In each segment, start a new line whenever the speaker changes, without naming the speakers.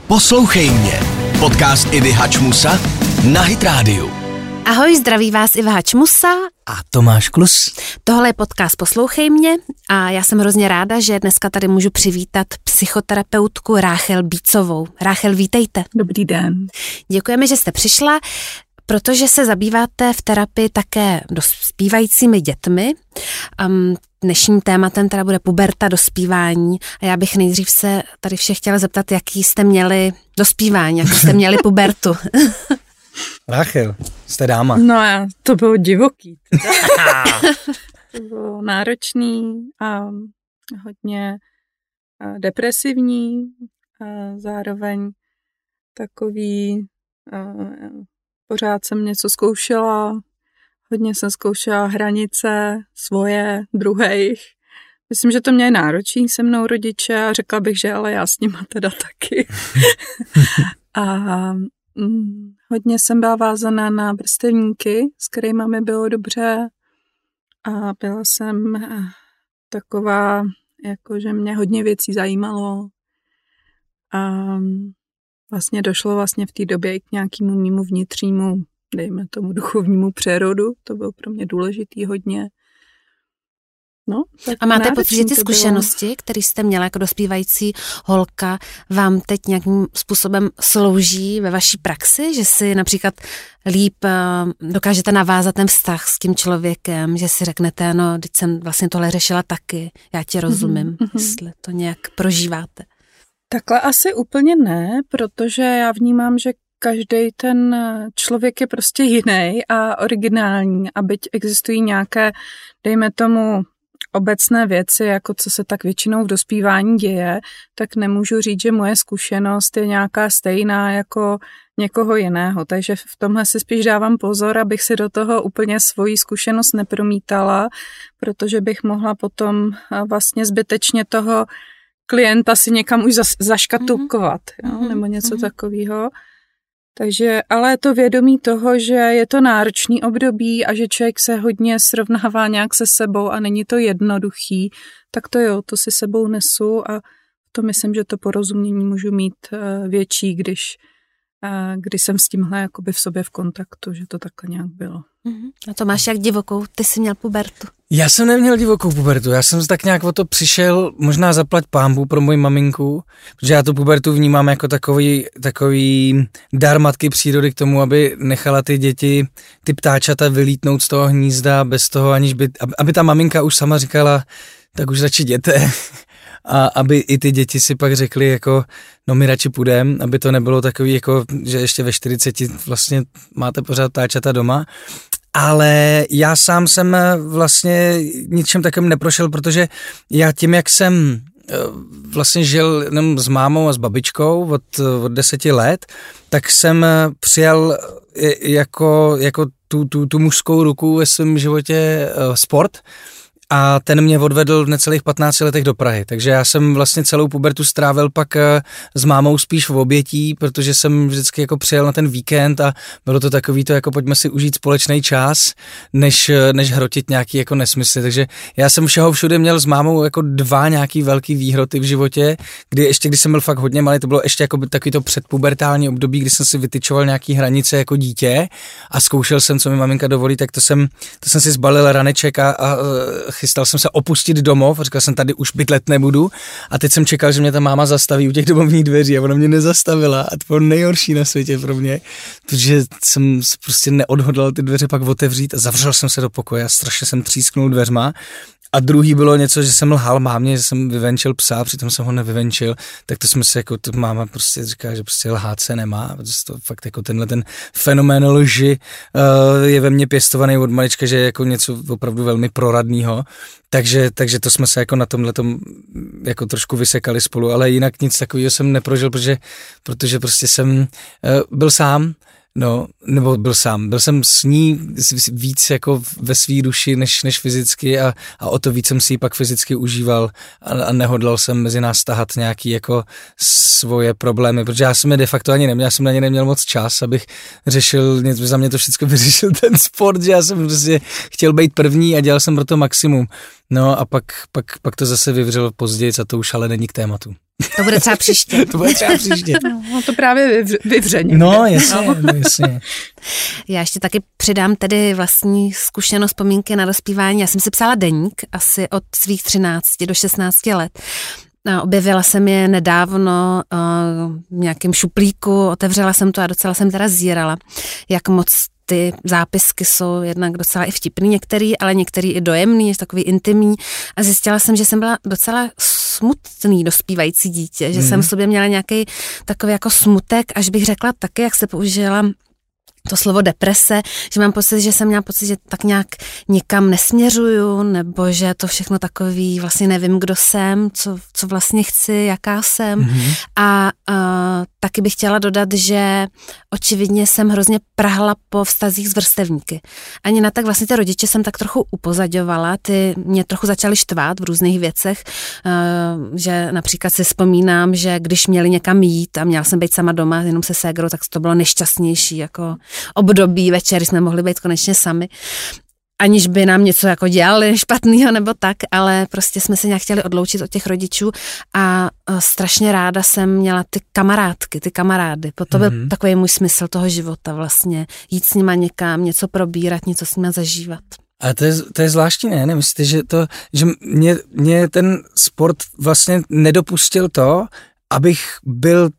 Poslouchej mě. Podcast Ivy Hačmusa na Hit Radio.
Ahoj, zdraví vás Iva Hačmusa
a Tomáš Klus.
Tohle je podcast Poslouchej mě a já jsem hrozně ráda, že dneska tady můžu přivítat psychoterapeutku Ráchel Bícovou. Ráchel, vítejte.
Dobrý den.
Děkujeme, že jste přišla, protože se zabýváte v terapii také dospívajícími dětmi. Dnešním tématem teda bude puberta, dospívání a já bych nejdřív se tady všech chtěla zeptat, jaký jste měli dospívání, jaký jste měli pubertu.
Ráchel, jste dáma.
No to bylo divoký. To bylo náročný a hodně depresivní a zároveň takový, pořád jsem něco zkoušela, hodně jsem zkoušela hranice svoje, druhejch. Myslím, že to měli náročný se mnou rodiče a řekla bych, že ale já s nima teda taky. A hodně jsem byla vázaná na vrstevníky, s kterými mi bylo dobře a byla jsem taková, jako že mě hodně věcí zajímalo a vlastně došlo vlastně v té době i k nějakému mému vnitřnímu, dejme tomu duchovnímu přerodu, to bylo pro mě důležitý hodně. No,
a máte pocit, že ty zkušenosti, které jste měla jako dospívající holka, vám teď nějakým způsobem slouží ve vaší praxi? Že si například líp dokážete navázat ten vztah s tím člověkem, že si řeknete, no, teď jsem vlastně tohle řešila taky, já ti rozumím, jestli to nějak prožíváte.
Takhle asi úplně ne, protože já vnímám, že každý ten člověk je prostě jiný a originální a byť existují nějaké, dejme tomu, obecné věci, jako co se tak většinou v dospívání děje, tak nemůžu říct, že moje zkušenost je nějaká stejná jako někoho jiného. Takže v tomhle si spíš dávám pozor, abych si do toho úplně svoji zkušenost nepromítala, protože bych mohla potom vlastně zbytečně toho klienta si někam už zaškatulkovat, nebo něco takového. Takže, ale je to vědomí toho, že je to náročný období a že člověk se hodně srovnává nějak se sebou a není to jednoduchý, tak to jo, to si sebou nesu a to myslím, že to porozumění můžu mít větší, když jsem s tímhle jakoby v sobě v kontaktu, že to takhle nějak bylo.
A Tomáš, jak divokou ty jsi měl pubertu?
Já jsem neměl divokou pubertu, já jsem tak nějak o to přišel, možná zaplať pánbůh pro moji maminku, protože já tu pubertu vnímám jako takový dar matky přírody k tomu, aby nechala ty děti, ty ptáčata vylítnout z toho hnízda bez toho, aniž by, aby ta maminka už sama říkala, tak už radši jděte. A aby i ty děti si pak řekli jako, no my radši půjdem, aby to nebylo takový jako, že ještě ve 40 vlastně máte pořád ptáčata doma. Ale já sám jsem vlastně ničem takovým neprošel, protože já tím, jak jsem vlastně žil jenom s mámou a s babičkou od 10 let, tak jsem přijal jako tu mužskou ruku ve svém životě sport. A ten mě odvedl v necelých 15 letech do Prahy, takže já jsem vlastně celou pubertu strávil pak s mámou spíš v obětí, protože jsem vždycky jako přijel na ten víkend a bylo to takový to, jako pojďme si užít společný čas, než hrotit nějaký jako nesmysly, takže já jsem všeho všude měl s mámou jako 2 nějaký velký výhroty v životě, když jsem byl fakt hodně malý, to bylo ještě jako takový to předpubertální období, kdy jsem si vytyčoval nějaký hranice jako dítě a zkoušel jsem, co mi maminka dovolí, tak to jsem si zbalil raneček a chystal jsem se opustit domov a říkal jsem, tady už bydlet nebudu a teď jsem čekal, že mě ta máma zastaví u těch domovních dveří a ona mě nezastavila a to bylo nejhorší na světě pro mě, protože jsem prostě neodhodlal ty dveře pak otevřít a zavřel jsem se do pokoje a strašně jsem třísknul dveřma. A druhý bylo něco, že jsem lhal mámě, že jsem vyvenčil psa, přitom jsem ho nevyvenčil, tak to jsme se jako, to máma prostě říká, že prostě lhát se nemá, protože to fakt jako tenhle ten fenomén lži je ve mně pěstovaný od malička, že je jako něco opravdu velmi proradného, takže to jsme se jako na tomhletom jako trošku vysekali spolu, ale jinak nic takového jsem neprožil, protože prostě jsem byl sám. No, nebo byl jsem s ní víc jako ve svý duši než fyzicky a o to víc jsem si ji pak fyzicky užíval a nehodlal jsem mezi nás tahat nějaký jako svoje problémy, protože já jsem je de facto ani neměl, já jsem na ně neměl moc čas, abych řešil, za mě to všechno vyřešil ten sport, že já jsem prostě chtěl být první a dělal jsem pro to maximum. No a pak to zase vyvřelo později a to už ale není k tématu.
To bude třeba příště.
To bude třeba příště.
No to právě vyvře někde.
No, jasně.
Já ještě taky přidám tedy vlastní zkušenost, vzpomínky na dospívání. Já jsem si psala deník asi od svých 13 do 16 let. Objevila jsem je nedávno v nějakém šuplíku, otevřela jsem to a docela jsem teda zírala, jak moc ty zápisky jsou jednak docela i vtipný některý, ale některý i dojemný, takový intimní a zjistila jsem, že jsem byla docela smutný dospívající dítě, že jsem v sobě měla nějaký takový jako smutek, až bych řekla taky, jak se použila to slovo deprese, že mám pocit, že jsem měla pocit, že tak nějak nikam nesměřuju, nebo že to všechno takový, vlastně nevím, kdo jsem, co vlastně chci, jaká jsem. A taky bych chtěla dodat, že očividně jsem hrozně prahla po vztazích s vrstevníky. Ani na tak vlastně ty rodiče jsem tak trochu upozaďovala, ty mě trochu začaly štvát v různých věcech, že například si vzpomínám, že když měli někam jít a měla jsem být sama doma jenom se ségrou, tak to bylo nejšťastnější jako období, večer jsme mohli být konečně sami, aniž by nám něco jako dělali špatného nebo tak, ale prostě jsme se nějak chtěli odloučit od těch rodičů a strašně ráda jsem měla ty kamarádky, ty kamarády. To byl takový můj smysl toho života vlastně. Jít s nima někam, něco probírat, něco s nima zažívat.
A to je zvláštní, ne? Nemyslíte, že mě ten sport vlastně nedopustil to, abych byl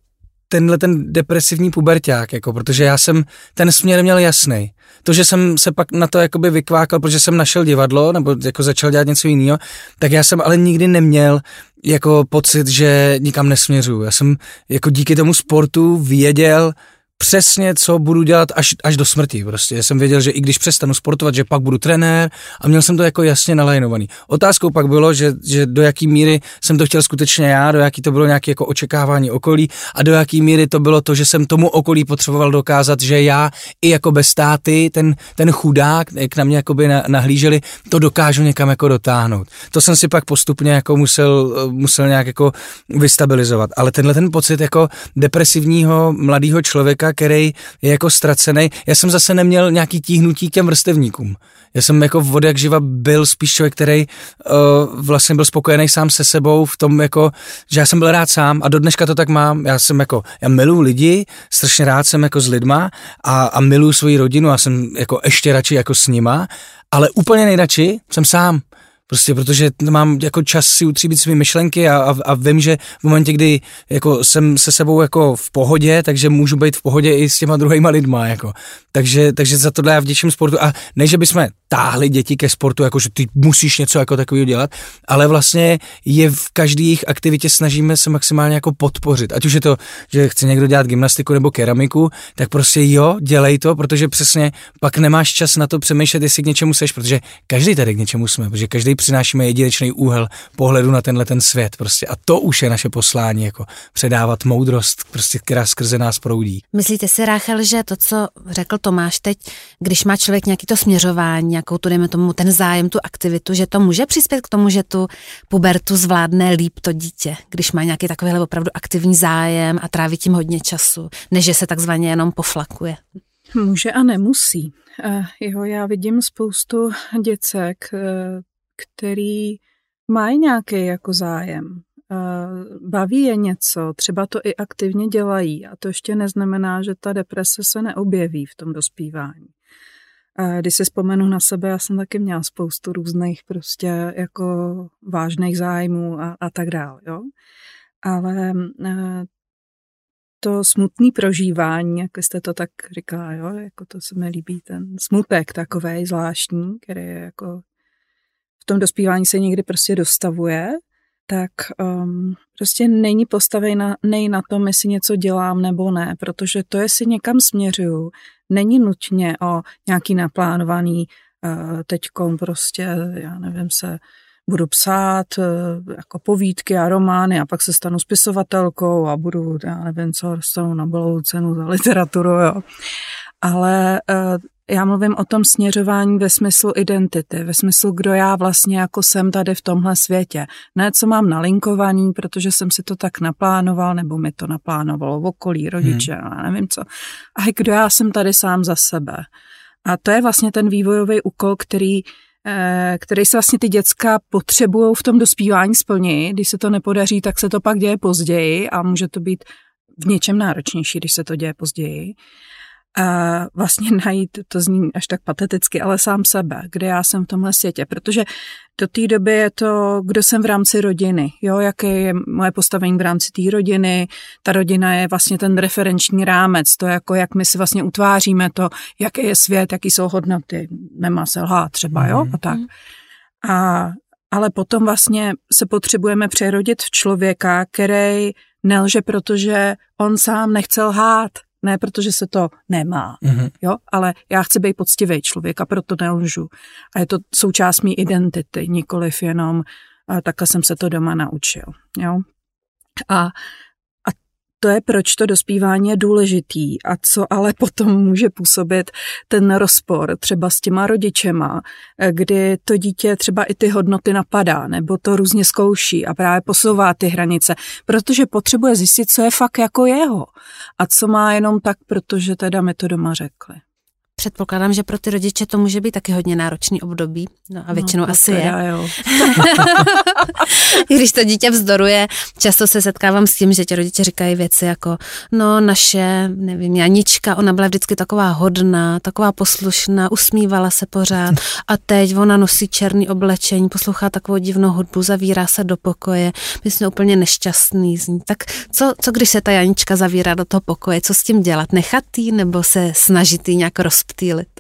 ten depresivní puberťák, jako, protože já jsem ten směr měl jasný. To, že jsem se pak na to jakoby vykvákal, protože jsem našel divadlo, nebo jako začal dělat něco jiného, tak já jsem ale nikdy neměl jako pocit, že nikam nesměřuju. Já jsem jako díky tomu sportu věděl přesně, co budu dělat až do smrti. Prostě. Já jsem věděl, že i když přestanu sportovat, že pak budu trenér a měl jsem to jako jasně nalajnovaný. Otázkou pak bylo, že do jaký míry jsem to chtěl skutečně já, do jaký to bylo nějaké jako očekávání okolí a do jaký míry to bylo to, že jsem tomu okolí potřeboval dokázat, že já i jako bez táty, ten chudák, jak na mě jakoby nahlíželi, to dokážu někam jako dotáhnout. To jsem si pak postupně jako musel nějak jako vystabilizovat. Ale tenhle ten pocit jako depresivního mladého člověka, který je jako ztracený. Já jsem zase neměl nějaký tíhnutí k těm vrstevníkům. Já jsem jako od jak živa byl spíš člověk, který vlastně byl spokojený sám se sebou v tom jako, že já jsem byl rád sám a do dneška to tak mám. Já miluji lidi, strašně rád jsem jako s lidma a miluji svoji rodinu a jsem jako ještě radši jako s nima, ale úplně nejradši jsem sám. Prostě protože mám jako čas si utříbit své myšlenky a vím, že v momentě, kdy jako jsem se sebou jako v pohodě, takže můžu být v pohodě i s těma druhýma lidma. Jako. Takže za tohle já vděčím sportu. A ne, že bychom táhli děti ke sportu, jako že ty musíš něco jako takového dělat, ale vlastně je v každé jejich aktivitě snažíme se maximálně jako podpořit. Ať už je to, že chce někdo dělat gymnastiku nebo keramiku, tak prostě jo, dělej to, protože přesně pak nemáš čas na to přemýšlet, jestli k něčemu seš, protože každý tady k něčemu jsme, protože každý přinášíme jedinečný úhel pohledu na tenhle ten svět prostě a to už je naše poslání, jako předávat moudrost, prostě, která skrze nás proudí.
Myslíte si, Ráchel, že to, co řekl Tomáš teď, když má člověk nějaký to směřování, nějakou tu, dejme tomu, ten zájem, tu aktivitu, že to může přispět k tomu, že tu pubertu zvládne líp to dítě, když má nějaký takovýhle opravdu aktivní zájem a tráví tím hodně času, než že se takzvaně jenom poflakuje?
Může a nemusí. Já vidím spoustu děcek, který mají nějaký jako zájem. Baví je něco, třeba to i aktivně dělají a to ještě neznamená, že ta deprese se neobjeví v tom dospívání. Když si vzpomenu na sebe, já jsem taky měla spoustu různých prostě jako vážných zájmů a tak dále, jo. Ale to smutné prožívání, jak jste to tak říkala, jo, jako to se mi líbí, ten smutek takovej zvláštní, který je jako v tom dospívání se někdy prostě dostavuje, tak prostě není postavený na tom, jestli něco dělám nebo ne, protože to, jestli někam směřuju, není nutně o nějaký naplánovaný teďkom prostě, já nevím, se budu psát jako povídky a romány a pak se stanu spisovatelkou a budu, já nevím co, dostanu Nobelovu cenu za literaturu, jo. Ale já mluvím o tom směřování ve smyslu identity, ve smyslu, kdo já vlastně jako jsem tady v tomhle světě. Ne, co mám nalinkovaný, protože jsem si to tak naplánoval, nebo mi to naplánovalo v okolí, rodiče, já nevím co. A kdo já jsem tady sám za sebe. A to je vlastně ten vývojový úkol, který který se vlastně ty děcka potřebují v tom dospívání splnit. Když se to nepodaří, tak se to pak děje později a může to být v něčem náročnější, když se to děje později. A vlastně najít, to zní až tak pateticky, ale sám sebe, kde já jsem v tomhle světě, protože do té doby je to, kdo jsem v rámci rodiny, jo, jaké je moje postavení v rámci té rodiny, ta rodina je vlastně ten referenční rámec, to jako jak my si vlastně utváříme to, jaký je svět, jaký jsou hodnoty, nemá se lhát třeba, jo, a tak. Ale potom vlastně se potřebujeme přerodit v člověka, který nelže, protože on sám nechce lhát, ne protože se to nemá, jo, ale já chci být poctivý člověk a proto nelžu. A je to součást mý identity, nikoliv jenom takhle jsem se to doma naučil, jo. A to je, proč to dospívání je důležitý a co ale potom může působit ten rozpor třeba s těma rodičema, kdy to dítě třeba i ty hodnoty napadá nebo to různě zkouší a právě posouvá ty hranice, protože potřebuje zjistit, co je fakt jako jeho a co má jenom tak, protože teda mi to doma řekli.
Předpokládám, že pro ty rodiče to může být taky hodně náročný období. No a většinou asi je.
Jo.
Když to dítě vzdoruje, často se setkávám s tím, že ti rodiče říkají věci jako, no naše, nevím, Janička, ona byla vždycky taková hodná, taková poslušná, usmívala se pořád a teď ona nosí černý oblečení, poslouchá takovou divnou hudbu, zavírá se do pokoje, my jsme úplně nešťastný z ní. Tak co když se ta Janička zavírá do toho pokoje, co s tím dělat? Nechat jí nebo se snažit jí nějak rozptýlit?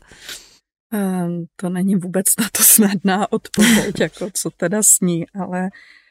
To není vůbec na to snadná odpověď, jako co teda sní, ale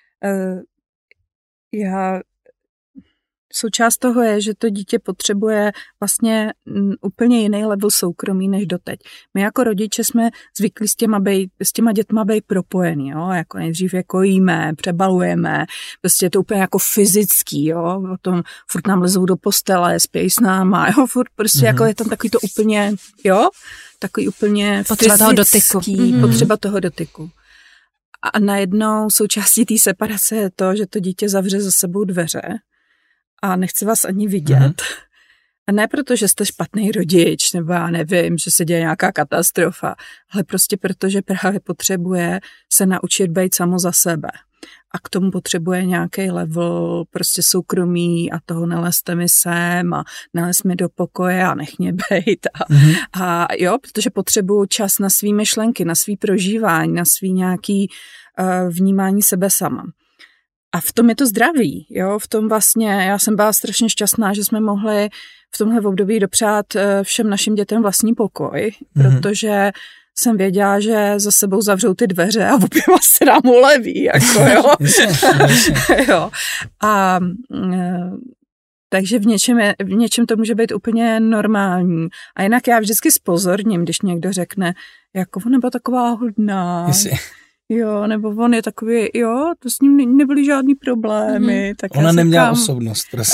součást toho je, že to dítě potřebuje vlastně úplně jiný level soukromí než doteď. My jako rodiče jsme zvyklí s těma dětma být propojený, jo? Jako nejdřív je kojíme, přebalujeme, prostě je to úplně jako fyzický, jo? Potom furt nám lezou do postele, spějí s náma, jo? Furt prostě jako je tam takový to úplně, jo? Takový úplně
potřeba
fyzický, potřeba toho dotyku. A najednou součástí té separace je to, že to dítě zavře za sebou dveře a nechce vás ani vidět. A ne proto, že jste špatný rodič, nebo já nevím, že se děje nějaká katastrofa, ale prostě proto, že právě potřebuje se naučit být samo za sebe. A k tomu potřebuje nějaký level prostě soukromí a toho nelezte mi sem a nelez mi do pokoje a nech mě bejt. A jo, protože potřebuju čas na svý myšlenky, na svý prožívání, na svý nějaký vnímání sebe sama. A v tom je to zdraví, jo, v tom vlastně, já jsem byla strašně šťastná, že jsme mohli v tomhle období dopřát všem našim dětem vlastní pokoj, protože jsem věděla, že za sebou zavřou ty dveře a oběma se nám uleví, jako jo. Jo. A takže v něčem to může být úplně normální. A jinak já vždycky zpozorním, když někdo řekne, jako ona byla taková hodná. Jo, nebo on je takový, jo, to s ním nebyly žádný problémy. Tak
ona neměla osobnost prostě.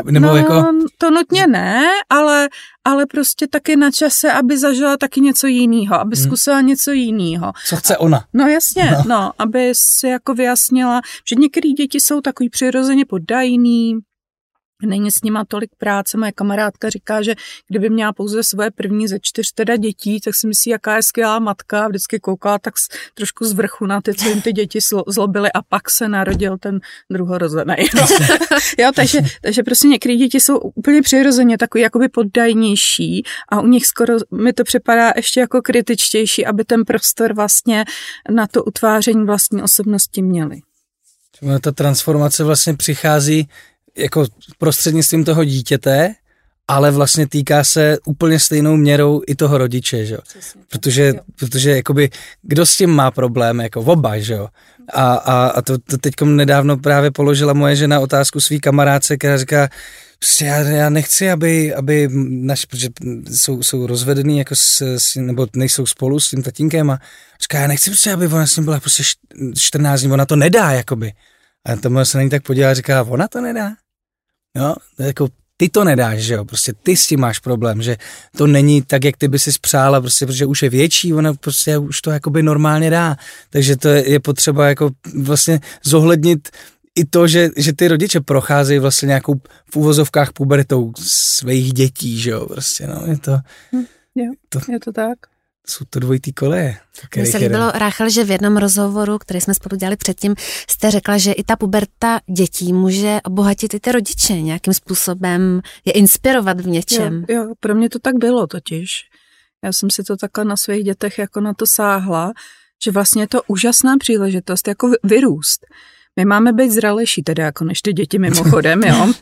To nutně ne, ale prostě taky na čase, aby zažila taky něco jiného, aby zkusila něco jiného.
Co chce ona?
No jasně, aby si jako vyjasnila, že některé děti jsou takový přirozeně poddajný, není s nima tolik práce. Moje kamarádka říká, že kdyby měla pouze svoje první ze 4 teda dětí, tak si myslí, jaká je skvělá matka. Vždycky koukala tak trošku z vrchu na ty, co jim ty děti zlobily a pak se narodil ten druhorozený. Jo, takže prostě některé děti jsou úplně přirozeně takový jakoby poddajnější a u nich skoro mi to připadá ještě jako kritičtější, aby ten prostor vlastně na to utváření vlastní osobnosti měli.
Ta transformace vlastně přichází jako prostřednictvím toho dítěte, ale vlastně týká se úplně stejnou měrou i toho rodiče, že jo? Protože jakoby, kdo s tím má problém, jako oba, že jo? A to teďkom nedávno právě položila moje žena otázku svý kamarádce, která říká, prostě já nechci, aby protože jsou rozvedený jako nebo nejsou spolu s tím tatínkem a říká, já nechci prostě, aby ona s ním byla prostě 14 dní, ona to nedá, jakoby. A tomu se na ní tak podívá a říká, ona to nedá? No, jako ty to nedáš, že jo, prostě ty s tím máš problém, že to není tak, jak ty by si přála, prostě, protože už je větší, ona prostě už to jakoby normálně dá, takže to je potřeba jako vlastně zohlednit i to, že ty rodiče procházejí vlastně nějakou v uvozovkách pubertou svých dětí, že jo, prostě, no, je to...
Je to tak.
jsou to dvojitý koleje.
Mně se líbilo, Ráchel, že v jednom rozhovoru, který jsme spolu dělali předtím, jste řekla, že i ta puberta dětí může obohatit i ty rodiče nějakým způsobem, je inspirovat v něčem.
Jo, pro mě to tak bylo totiž. Já jsem si to takhle na svých dětech jako na to sáhla, že vlastně je to úžasná příležitost jako vyrůst. My máme být zralejší teda jako než ty děti mimochodem, jo.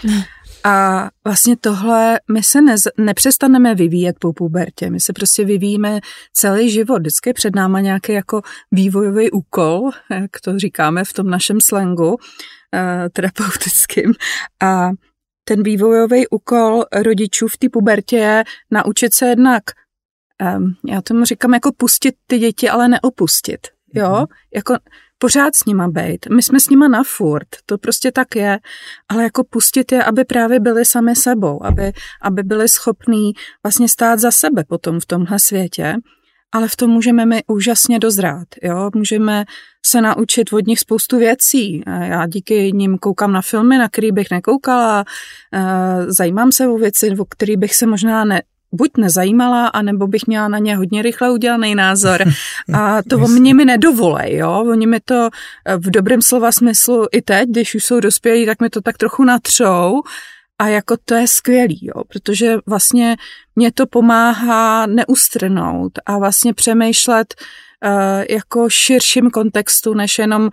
A vlastně tohle, my se nepřestaneme vyvíjet po pubertě, my se prostě vyvíjíme celý život, vždycky je před náma nějaký jako vývojový úkol, jak to říkáme v tom našem slangu terapeutickým. A ten vývojový úkol rodičů v té pubertě je naučit se jednak, já tomu říkám, jako pustit ty děti, ale neopustit, jo, jako pořád s nima bejt. My jsme s nima na furt, to prostě tak je, ale jako pustit je, aby právě byli sami sebou, aby byli schopní vlastně stát za sebe potom v tomhle světě, ale v tom můžeme my úžasně dozrát, jo, můžeme se naučit od nich spoustu věcí. Já díky nim koukám na filmy, na který bych nekoukala, zajímám se o věci, o který bych se možná buď nezajímala, anebo bych měla na ně hodně rychle udělaný názor. A to oni mi nedovolej, jo. Oni mi to v dobrém slova smyslu i teď, když už jsou dospělí, tak mi to tak trochu natřou. A jako to je skvělý, jo, protože vlastně mě to pomáhá neustrnout a vlastně přemýšlet jako širším kontextu, než jenom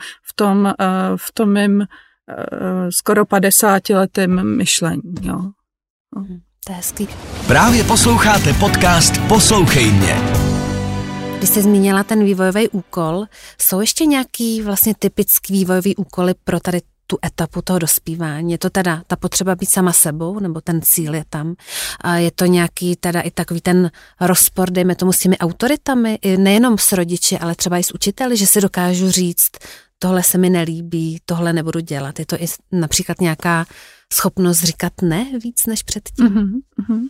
v tom mým skoro 50letém myšlení, jo.
To je hezký.
Právě posloucháte podcast Poslouchej mě.
Když jste zmínila ten vývojový úkol, jsou ještě nějaký vlastně typický vývojový úkoly pro tady tu etapu toho dospívání? Je to teda ta potřeba být sama sebou, nebo ten cíl je tam? A je to nějaký teda i takový ten rozpor, dejme tomu s těmi autoritami, nejenom s rodiči, ale třeba i s učiteli, že si dokážu říct, tohle se mi nelíbí, tohle nebudu dělat. Je to i například nějaká schopnost říkat ne víc než předtím?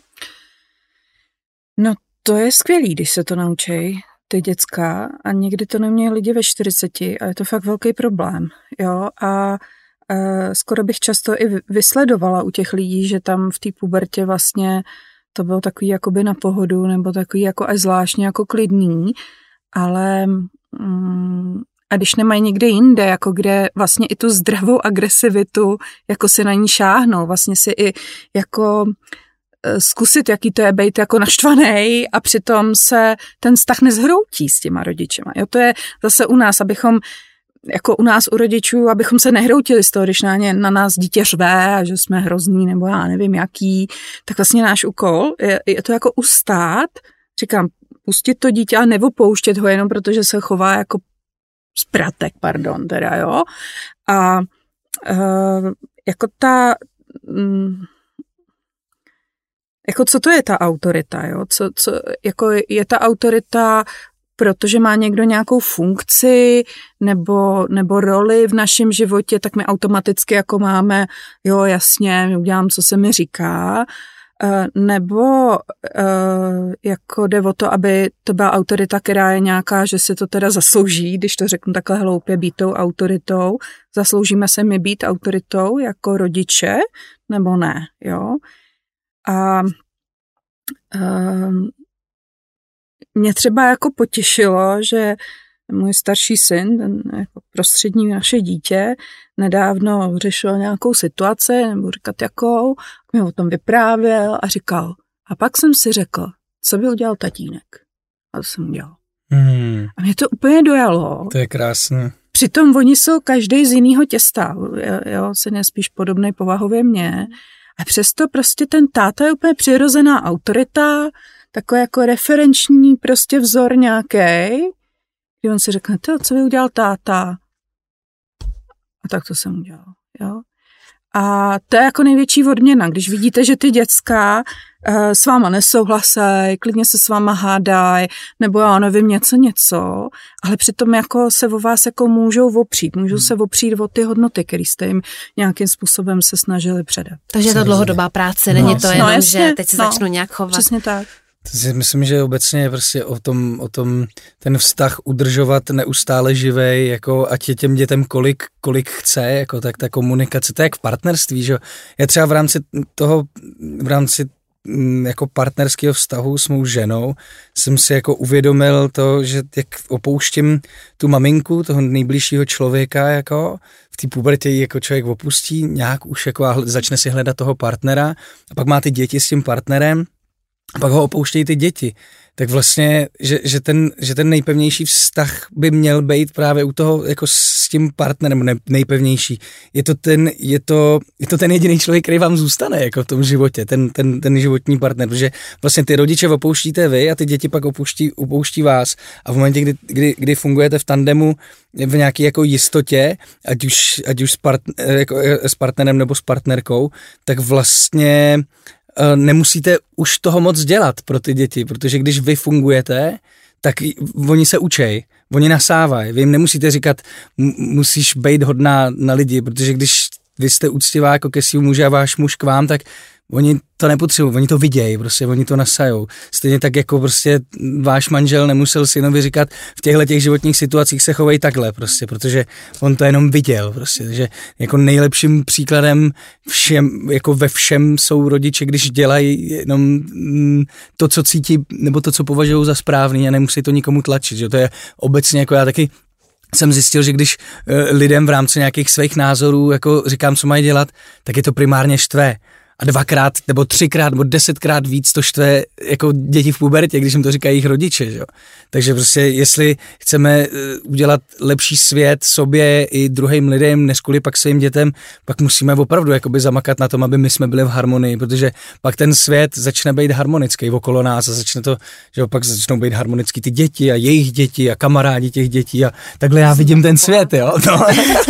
No to je skvělý, když se to naučí ty děcka a někdy to nemějí lidi ve 40 a je to fakt velký problém, jo, a skoro bych často i vysledovala u těch lidí, že tam v té pubertě vlastně to bylo takový jakoby na pohodu nebo takový jako až zvláštně jako klidný, ale a když nemají někde jinde, jako kde vlastně i tu zdravou agresivitu, jako si na ní šáhnou, vlastně si i jako zkusit, jaký to je být jako naštvaný a přitom se ten vztah nezhroutí s těma rodičema. Jo, to je zase u nás, abychom jako u nás u rodičů, abychom se nehroutili z toho, když na nás dítě řve a že jsme hrozný nebo já nevím jaký, tak vlastně náš úkol je to jako ustát, říkám, pustit to dítě a neopouštět ho jenom protože se chová jako spratek, pardon, teda jo. A jako ta jako co to je ta autorita, jo? Co jako je ta autorita, protože má někdo nějakou funkci nebo roli v našem životě, tak my automaticky jako máme, jo, jasně, udělám, co se mi říká, nebo jako jde o to, aby to byla autorita, která je nějaká, že si to teda zaslouží, když to řeknu takhle hloupě, být tou autoritou, zasloužíme se mi být autoritou jako rodiče, nebo ne, jo. A mě třeba jako potěšilo, že můj starší syn, ten jako prostřední naše dítě, nedávno řešil nějakou situaci, nebo říkat jakou, mi o tom vyprávěl a říkal, a pak jsem si řekl, co by udělal tatínek. A to jsem udělal. A mě to úplně dojalo.
To je krásné.
Přitom oni jsou každý z jiného těsta, jo, syn je spíš podobnej povahově mně. A přesto prostě ten táta je úplně přirozená autorita, takový jako referenční prostě vzor nějaký, kdy on si řekne, co by udělal táta? A tak to jsem udělal, jo. A to je jako největší odměna, když vidíte, že ty děcka s váma nesouhlasej, klidně se s váma hádají, nebo já nevím něco, ale přitom jako se o vás jako můžou se opřít o ty hodnoty, které jste jim nějakým způsobem se snažili předat.
Takže je to dlouhodobá práce, není to jenom, jasně, že teď se začnu nějak chovat.
Přesně tak.
Myslím, že obecně je prostě o tom ten vztah udržovat neustále živej, jako ať je těm dětem kolik chce, jako tak ta komunikace, to je jak v partnerství, že je třeba v rámci jako partnerského vztahu s mou ženou jsem si jako uvědomil to, že jak opouštím tu maminku, toho nejbližšího člověka, jako v té pubertě jako člověk opustí nějak už jako a začne si hledat toho partnera a pak má ty děti s tím partnerem a pak ho opouštějí ty děti. Tak vlastně, že ten nejpevnější vztah by měl být právě u toho jako s tím partnerem nejpevnější. Je to ten jediný člověk, který vám zůstane jako v tom životě, ten životní partner, protože vlastně ty rodiče opouštíte vy a ty děti pak opouští vás a v momentě, kdy fungujete v tandemu v nějaké jako jistotě, ať už s partnerem nebo s partnerkou, tak vlastně nemusíte už toho moc dělat pro ty děti, protože když vy fungujete, tak oni se učej, oni nasávají. Vy jim nemusíte říkat, musíš být hodná na lidi, protože když vy jste úctivá jako ke svým muži a váš muž k vám, tak oni to nepotřebují, oni to vidějí, prostě oni to nasajou. Stejně tak jako prostě váš manžel nemusel synovi říkat, v těchto životních situacích se chovej takhle prostě, protože on to jenom viděl prostě, takže jako nejlepším příkladem jako ve všem jsou rodiče, když dělají jenom to, co cítí, nebo to, co považují za správný a nemusí to nikomu tlačit, že to je obecně jako já taky jsem zjistil, že když lidem v rámci nějakých svých názorů jako říkám, co mají dělat, tak je to primárně štve. A 2x, nebo 3x, nebo 10x víc to štve jako děti v pubertě, když jim to říkají jejich rodiče, že jo. Takže prostě jestli chceme udělat lepší svět sobě i druhým lidem, než kvůli pak svým dětem, pak musíme opravdu jakoby zamakat na tom, aby my jsme byli v harmonii, protože pak ten svět začne být harmonický okolo nás a začne to, že jo, pak začnou být harmonický ty děti a jejich děti a kamarádi těch dětí a takhle já vidím ten svět, jo. No.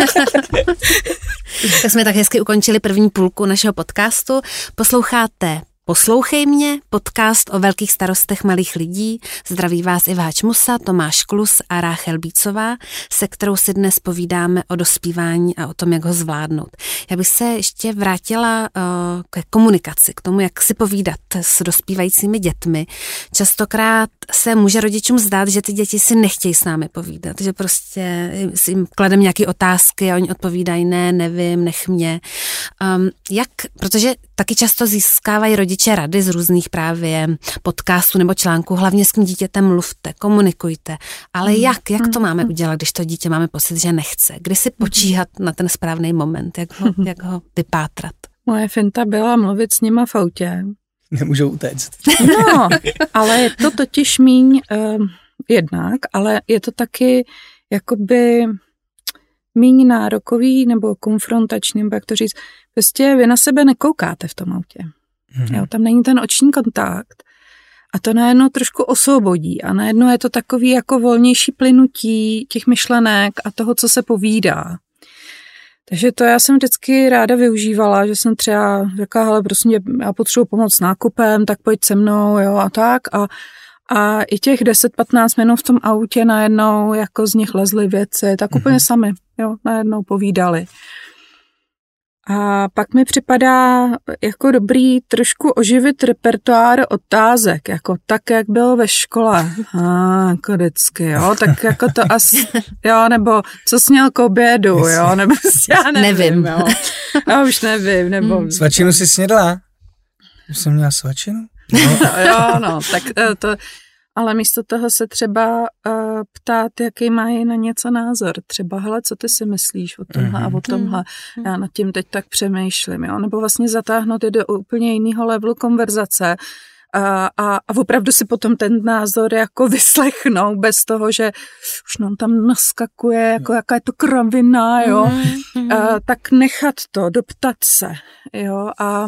Tak jsme tak hezky ukončili první půlku našeho podcastu. Posloucháte Poslouchej mě, podcast o velkých starostech malých lidí. Zdraví vás Iva Hačmusa, Tomáš Klus a Ráchel Bícová, se kterou si dnes povídáme o dospívání a o tom, jak ho zvládnout. Já bych se ještě vrátila ke komunikaci, k tomu, jak si povídat s dospívajícími dětmi. Častokrát se může rodičům zdát, že ty děti si nechtějí s námi povídat, že prostě si jim klademe nějaké otázky a oni odpovídají ne, nevím, nech mě. Protože taky často získávají rodiče rady z různých právě podcastů nebo článků, hlavně s tím dítětem mluvte, komunikujte. Ale jak to máme udělat, když to dítě máme pocit, že nechce? Kdy si počíhat na ten správný moment, jak ho vypátrat?
Moje finta byla mluvit s nima v autě.
Nemůžou utéct.
No, ale je to totiž míň jednak, ale je to taky jakoby míň nárokový nebo konfrontační, nebo jak to říct. Prostě vy na sebe nekoukáte v tom autě. Jo, tam není ten oční kontakt a to najednou trošku osvobodí a najednou je to takový jako volnější plynutí těch myšlenek a toho, co se povídá. Takže to já jsem vždycky ráda využívala, že jsem třeba řekla, hele, prostě já potřebuji pomoct s nákupem, tak pojď se mnou, jo, a tak. A i těch 10-15 minut v tom autě najednou jako z nich lezly věci, tak úplně sami, jo, najednou povídali. A pak mi připadá jako dobrý trošku oživit repertoár otázek, jako tak, jak bylo ve škole. Jako vždycky, jo, tak jako to asi, jo, nebo co jsi měl k obědu, jo, nebo já nevím. Jo. Já už nevím, nebo...
Svačinu jsi snědla? Už jsem měla svačinu?
No, tak to... Ale místo toho se třeba ptát, jaký mají na něco názor. Třeba, hele, co ty si myslíš o tomhle a o tomhle. Já nad tím teď tak přemýšlím, jo. Nebo vlastně zatáhnout je do úplně jiného levelu konverzace a opravdu si potom ten názor jako vyslechnou bez toho, že už nám tam naskakuje, jako jaká je to kravina, jo. Tak nechat to, doptat se, jo. A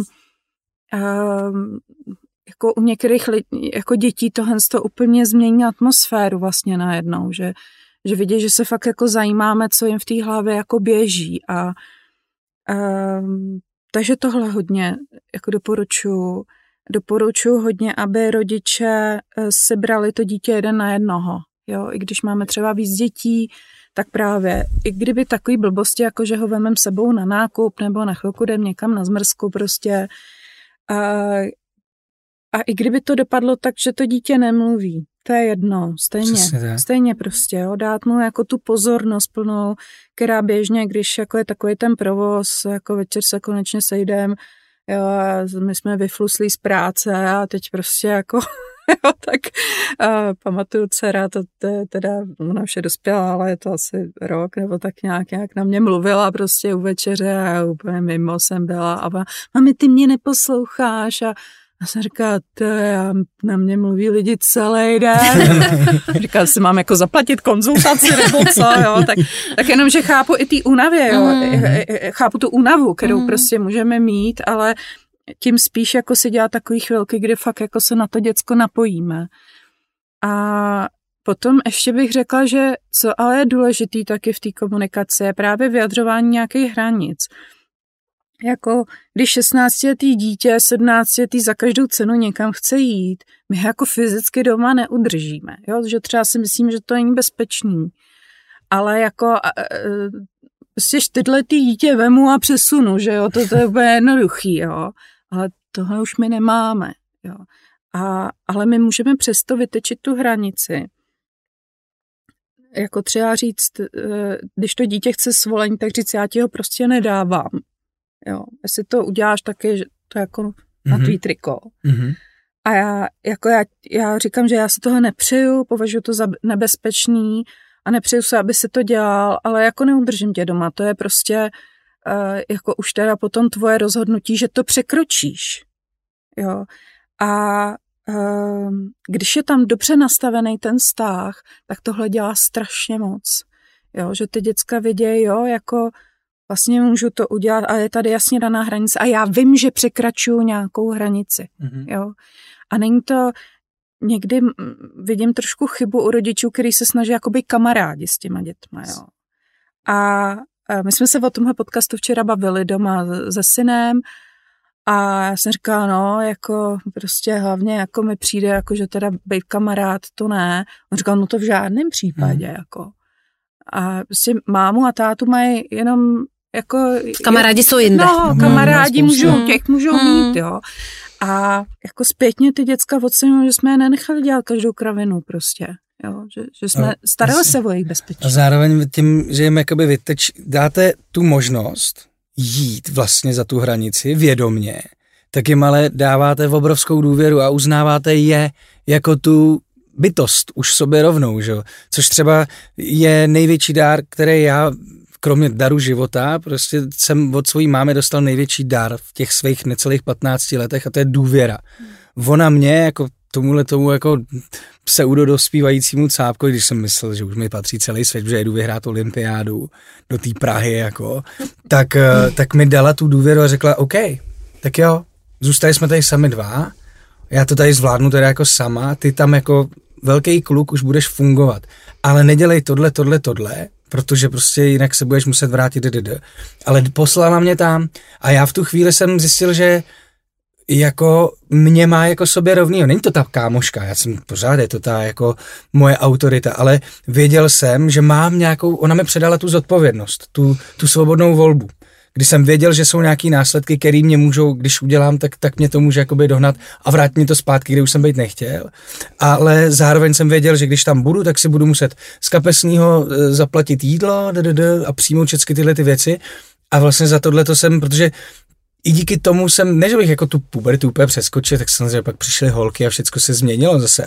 jako u některých jako dětí tohle to úplně změní atmosféru vlastně najednou, že vidí, že se fakt jako zajímáme, co jim v té hlavě jako běží takže tohle hodně jako doporučuji hodně, aby rodiče si brali to dítě jeden na jednoho, jo, i když máme třeba víc dětí, tak právě, i kdyby takový blbosti, jako že ho vemem sebou na nákup nebo na chvilku jdem někam na zmrzku prostě, a i kdyby to dopadlo tak, že to dítě nemluví, to je jedno, stejně prostě, jo, dát mu jako tu pozornost plnou, která běžně, když jako je takový ten provoz, jako večer se konečně sejdem, jo, a my jsme vyfluslí z práce a teď prostě jako, jo, tak pamatuju dcera, to teda, ona už je dospělá, ale je to asi rok, nebo tak nějak na mě mluvila prostě u večeře a já úplně mimo jsem byla a mami, ty mě neposloucháš a já jsem říkala, na mě mluví lidi celý den. Říkala, si mám jako zaplatit konzultaci nebo co, jo, tak jenom, že chápu i ty únavě, jo, chápu tu únavu, kterou prostě můžeme mít, ale tím spíš jako si dělá takový chvilky, kdy fakt jako se na to děcko napojíme. A potom ještě bych řekla, že co ale je důležitý taky v té komunikaci, je právě vyjadřování nějakých hranic. Jako když 16letý dítě, 17letý za každou cenu někam chce jít, my jako fyzicky doma neudržíme. Jo? Že třeba si myslím, že to není bezpečný. Ale jako prostě 4letý dítě vemu a přesunu, že jo, to je úplně jednoduchý, jo. Ale tohle už my nemáme, jo. Ale my můžeme přesto vytečit tu hranici. Jako třeba říct, když to dítě chce svolení, tak říct, já ti ho prostě nedávám. Jo, jestli to uděláš taky, že to je jako na tvý triko. A já říkám, že já si toho nepřeju, považuji to za nebezpečný a nepřeju se, aby si to dělal, ale jako neudržím tě doma. To je prostě jako už teda potom tvoje rozhodnutí, že to překročíš. Jo. A když je tam dobře nastavený ten vztah, tak tohle dělá strašně moc. Jo, že ty děcka vidějí, jo, jako vlastně můžu to udělat, ale je tady jasně daná hranice a já vím, že překračuju nějakou hranici. Jo. A není to, někdy vidím trošku chybu u rodičů, kteří se snaží jako být kamarádi s těma dětma. Jo. A my jsme se o tomhle podcastu včera bavili doma se synem a já jsem říkala, no, jako prostě hlavně jako mi přijde, jako že teda být kamarád, to ne. On říkal, no to v žádném případě, jako. A prostě mámu a tátu mají jenom jako...
Kamarádi jsou jinde.
No, kamarádi můžou mít, jo. A jako zpětně ty děcka oceňují, že jsme je nenechali dělat každou kravinu prostě. Jo, že jsme starali se o jejich bezpečí.
A zároveň tím, že jim jakoby dáte tu možnost jít vlastně za tu hranici vědomně, tak jim ale dáváte obrovskou důvěru a uznáváte je jako tu bytost už sobě rovnou, že? Což třeba je největší dár, který já, kromě daru života, prostě jsem od svojí mámy dostal největší dar v těch svých necelých 15 letech a to je důvěra. Ona mě jako tomu jako pseudodospívajícímu cápku, když jsem myslel, že už mi patří celý svět, že jedu vyhrát olympiádu do té Prahy, jako, tak mi dala tu důvěru a řekla, OK, tak jo, zůstali jsme tady sami dva, já to tady zvládnu teda jako sama, ty tam jako velký kluk už budeš fungovat, ale nedělej tohle, protože prostě jinak se budeš muset vrátit Ale poslala mě tam a já v tu chvíli jsem zjistil, že jako mě má jako sobě rovnýho. Není to ta kámoška, já jsem pořád, je to ta jako moje autorita, ale věděl jsem, že mám nějakou, ona mi předala tu zodpovědnost, tu svobodnou volbu. Když jsem věděl, že jsou nějaký následky, které mě můžou, když udělám, tak mě to může jakoby dohnat a vrátit mě to zpátky, kde už jsem být nechtěl. Ale zároveň jsem věděl, že když tam budu, tak si budu muset z kapesního zaplatit jídlo a přijmout všechny tyhle ty věci. A vlastně za tohleto jsem, protože i díky tomu jsem, ne že bych jako tu pubertu úplně přeskočil, tak samozřejmě pak přišly holky a všechno se změnilo zase,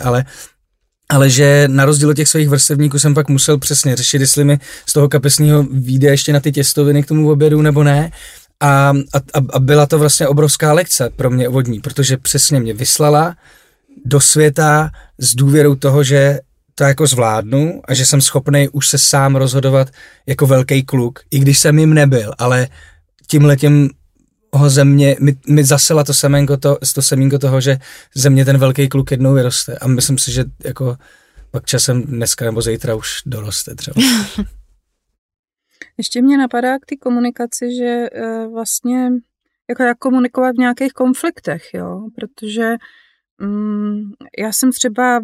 ale že na rozdíl od těch svých vrstevníků jsem pak musel přesně řešit, jestli mi z toho kapesního vyjde ještě na ty těstoviny k tomu obědu nebo ne. A byla to vlastně obrovská lekce pro mě vodní, protože přesně mě vyslala do světa s důvěrou toho, že to jako zvládnu a že jsem schopnej už se sám rozhodovat jako velký kluk, i když jsem jim nebyl, ale tímhletím ho ze mě, mi zasela to semínko toho, že ze mě ten velký kluk jednou vyroste. A myslím si, že jako pak časem dneska nebo zítra už doroste třeba.
Ještě mě napadá k té komunikaci, že vlastně jako jak komunikovat v nějakých konfliktech, jo, protože já jsem třeba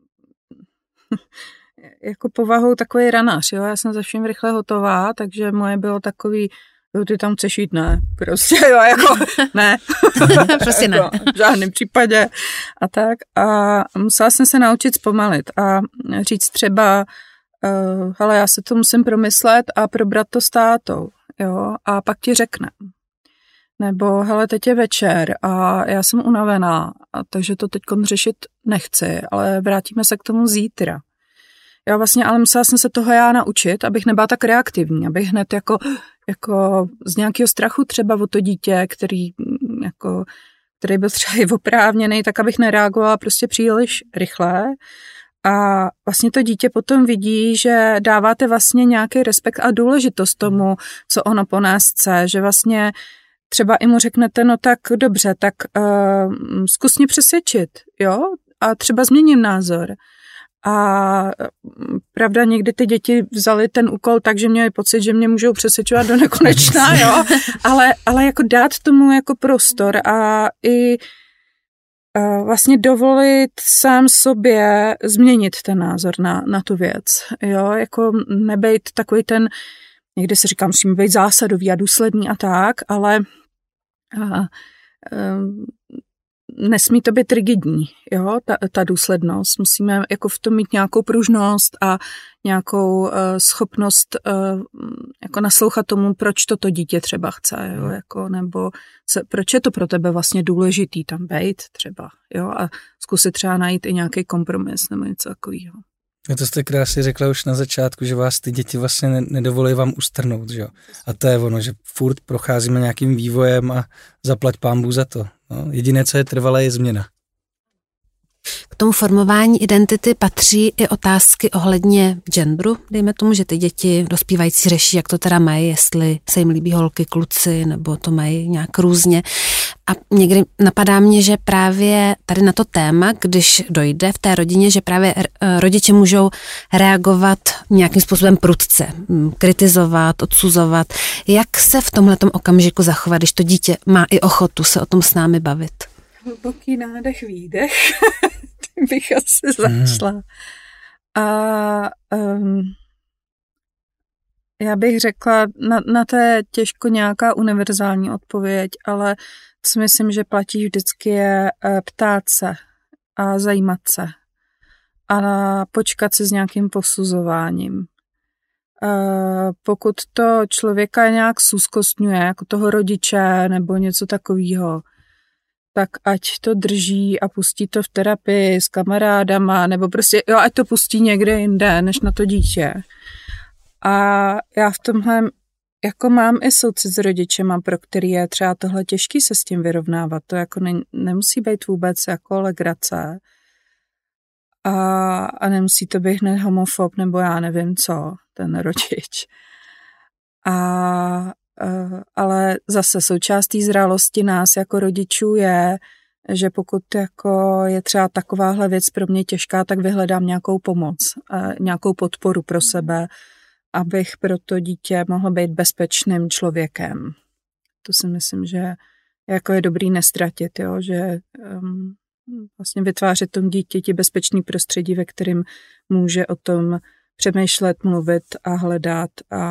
jako povahou takový ranář, jo, já jsem za vším rychle hotová, takže moje bylo takový, jo, ty tam chceš jít, ne, prostě, jo, jako, ne.
Prostě ne.
Jako, v žádném případě a tak. A musela jsem se naučit zpomalit a říct třeba, hele, já se to musím promyslet a probrat to s tátou, jo, a pak ti řekne. Nebo hele, teď je večer a já jsem unavená, takže to teď řešit nechci, ale vrátíme se k tomu zítra. Já vlastně, ale musela jsem se toho já naučit, abych nebyla tak reaktivní, abych hned jako z nějakého strachu třeba o to dítě, který byl třeba i oprávněný, tak abych nereagovala prostě příliš rychle. A vlastně to dítě potom vidí, že dáváte vlastně nějaký respekt a důležitost tomu, co ono po nás chce, že vlastně třeba i mu řeknete, no tak dobře, tak zkus mě přesvědčit, jo, a třeba změním názor. A pravda, někdy ty děti vzali ten úkol tak, že měli pocit, že mě můžou přesvědčovat do nekonečna, jo, ale jako dát tomu jako prostor a i vlastně dovolit sám sobě změnit ten názor na tu věc, jo, jako nebejt takový ten, někdy se říká, musíme být zásadový a důsledný a tak, ale nesmí to být rigidní, jo, ta důslednost. Musíme jako v tom mít nějakou pružnost a nějakou schopnost jako naslouchat tomu, proč to dítě třeba chce, jo, jako, nebo proč je to pro tebe vlastně důležitý tam být třeba, jo, a zkusit třeba najít i nějaký kompromis nebo něco takového.
A to jste krásně řekla už na začátku, že vás ty děti vlastně nedovolí vám ustrnout, že jo. A to je ono, že furt procházíme nějakým vývojem a zaplať pánbůh za to. No, jediné, co je trvalé, je změna.
K tomu formování identity patří i otázky ohledně genderu. Dejme tomu, že ty děti dospívající řeší, jak to teda mají, jestli se jim líbí holky, kluci, nebo to mají nějak různě. A někdy napadá mě, že právě tady na to téma, když dojde v té rodině, že právě rodiče můžou reagovat nějakým způsobem prudce, kritizovat, odsuzovat. Jak se v tomhletom okamžiku zachovat, když to dítě má i ochotu se o tom s námi bavit?
Hluboký nádech, výdech, bych asi začala. A já bych řekla, na to je těžko nějaká univerzální odpověď, ale co myslím, že platí vždycky je ptát se a zajímat se a počkat si s nějakým posuzováním. Pokud to člověka nějak zúzkostňuje, jako toho rodiče nebo něco takového, tak ať to drží a pustí to v terapii s kamarádama, nebo prostě, jo, ať to pustí někde jinde, než na to dítě. A já v tomhle jako mám i soucit s rodičema, pro který je třeba tohle těžký se s tím vyrovnávat. To jako nemusí být vůbec jako legrace. A nemusí to být hned homofob, nebo já nevím co, ten rodič. Ale zase součástí zralosti nás jako rodičů je, že pokud jako je třeba takováhle věc pro mě těžká, tak vyhledám nějakou pomoc, nějakou podporu pro sebe, abych pro to dítě mohl být bezpečným člověkem. To si myslím, že jako je dobrý nestratit, jo? Že vlastně vytvářet tomu dítěti bezpečný prostředí, ve kterém může o tom přemýšlet, mluvit a hledat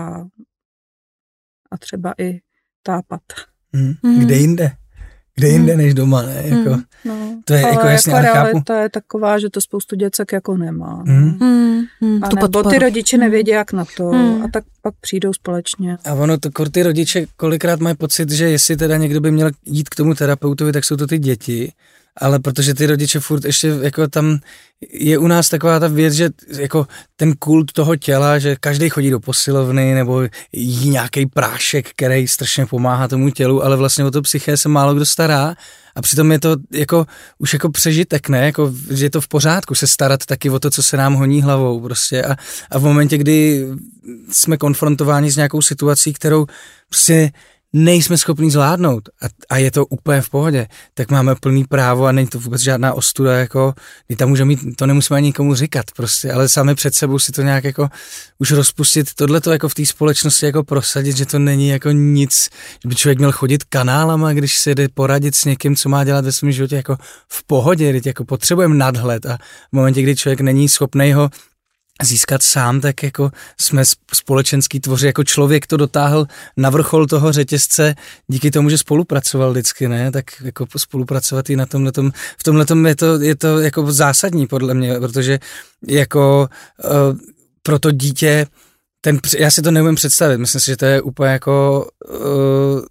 a třeba i tápat.
Kde jinde? Kde jinde než doma, ne? Jako, to je jako jasně, ale
realita je taková, že to spoustu děcek jako nemá. A nebo ty rodiče nevědí, jak na to a tak pak přijdou společně.
A ono, ty rodiče kolikrát mají pocit, že jestli teda někdo by měl jít k tomu terapeutovi, tak jsou to ty děti. Ale protože ty rodiče furt ještě jako tam je u nás taková ta věc, že jako ten kult toho těla, že každý chodí do posilovny nebo jí nějaký prášek, který strašně pomáhá tomu tělu, ale vlastně o to psyché se málo kdo stará a přitom je to jako už jako přežitek, ne? Jako, že je to v pořádku se starat taky o to, co se nám honí hlavou prostě a v momentě, kdy jsme konfrontováni s nějakou situací, kterou prostě nejsme schopní zvládnout a je to úplně v pohodě, tak máme plný právo a není to vůbec žádná ostuda, jako, tam můžeme mít, to nemusíme ani nikomu říkat prostě, ale sami před sebou si to nějak jako už rozpustit, tohleto jako v té společnosti jako prosadit, že to není jako nic, že by člověk měl chodit kanálama, když se jde poradit s někým, co má dělat ve svém životě jako v pohodě, když jako potřebujeme nadhled a v momentě, kdy člověk není schopný ho získat sám, tak jako jsme společenský tvoři, jako člověk to dotáhl na vrchol toho řetězce díky tomu, že spolupracoval vždycky, ne, tak jako spolupracovat i na tomhletom, v tomhletom je to jako zásadní podle mě, protože jako pro to dítě, já si to neumím představit, myslím si, že to je úplně jako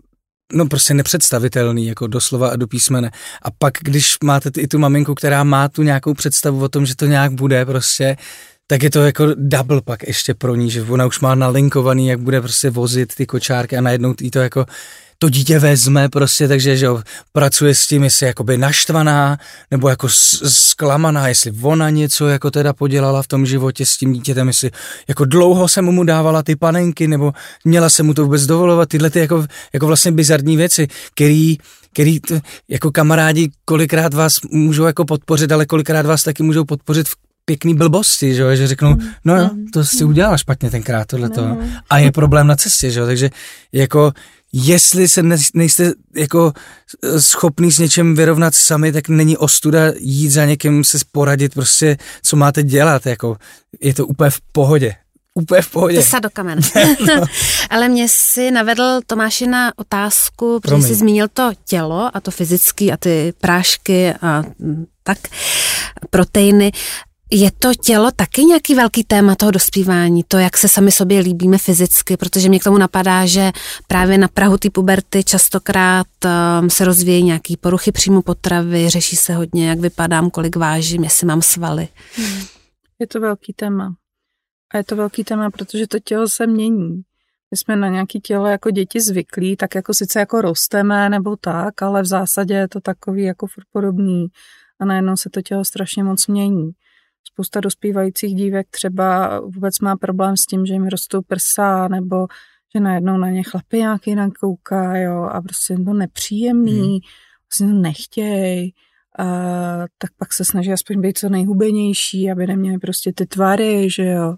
no prostě nepředstavitelný, jako doslova a do písmene. A pak, když máte i tu maminku, která má tu nějakou představu o tom, že to nějak bude prostě, tak je to jako double pak ještě pro ní, že ona už má nalinkovaný, jak bude prostě vozit ty kočárky a najednou jí to jako to dítě vezme prostě, takže že jo, pracuje s tím, jestli je jakoby naštvaná, nebo jako zklamaná, jestli ona něco jako teda podělala v tom životě s tím dítětem, jestli jako dlouho se mu dávala ty panenky, nebo měla se mu to vůbec dovolovat, tyhle ty jako vlastně bizarní věci, který jako kamarádi kolikrát vás můžou jako podpořit, ale kolikrát vás taky můžou podpořit v pěkný blbosti, že řeknou, no jo, to si udělala špatně tenkrát tohleto. A je problém na cestě, že jo, takže jako jestli se nejste jako schopný s něčem vyrovnat sami, tak není ostuda jít za někým, se poradit prostě, co máte dělat, jako je to úplně v pohodě. Úplně v pohodě.
Tesat do kamene. No. Ale mě si navedl Tomáši na otázku, protože jsi zmínil to tělo a to fyzické a ty prášky a tak, proteiny. Je to tělo taky nějaký velký téma toho dospívání, to, jak se sami sobě líbíme fyzicky, protože mě k tomu napadá, že právě na prahu té puberty častokrát se rozvíjí nějaký poruchy příjmu potravy, řeší se hodně, jak vypadám, kolik vážím, jestli mám svaly.
Je to velký téma. A je to velký téma, protože to tělo se mění. My jsme na nějaké tělo jako děti zvyklí, tak jako sice jako rosteme nebo tak, ale v zásadě je to takový jako podobný a najednou se to tělo strašně moc mění. Spousta dospívajících dívek třeba vůbec má problém s tím, že jim rostou prsa, nebo že najednou na ně chlapi nějak jinak kouká, jo, a prostě je to nepříjemný, vlastně to nechtěj, tak pak se snaží aspoň být co nejhubenější, aby neměli prostě ty tvary, že jo.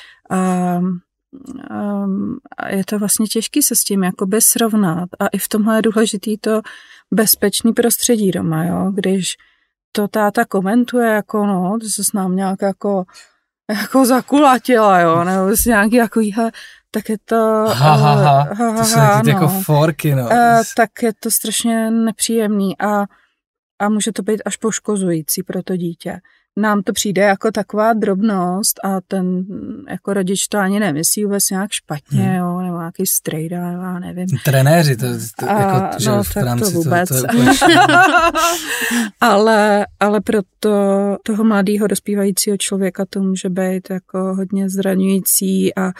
A je to vlastně těžký se s tím jakoby srovnat a i v tomhle je důležitý to bezpečný prostředí doma, jo, když to táta komentuje, jako no, ty se s nám nějak jako zakulatila, jo, nebo prostě nějaký jako tak je to...
To jsou taky jako forky, no.
Tak je to strašně nepříjemný a může to být až poškozující pro to dítě. Nám to přijde jako taková drobnost a ten jako rodič to ani nemyslí vůbec nějak špatně, jo, nebo nějaký strejda, já nevím.
Trenéři, to jako, že
no,
v rámci
to vůbec.
To
ale pro toho mladého dospívajícího člověka to může být jako hodně zraňující a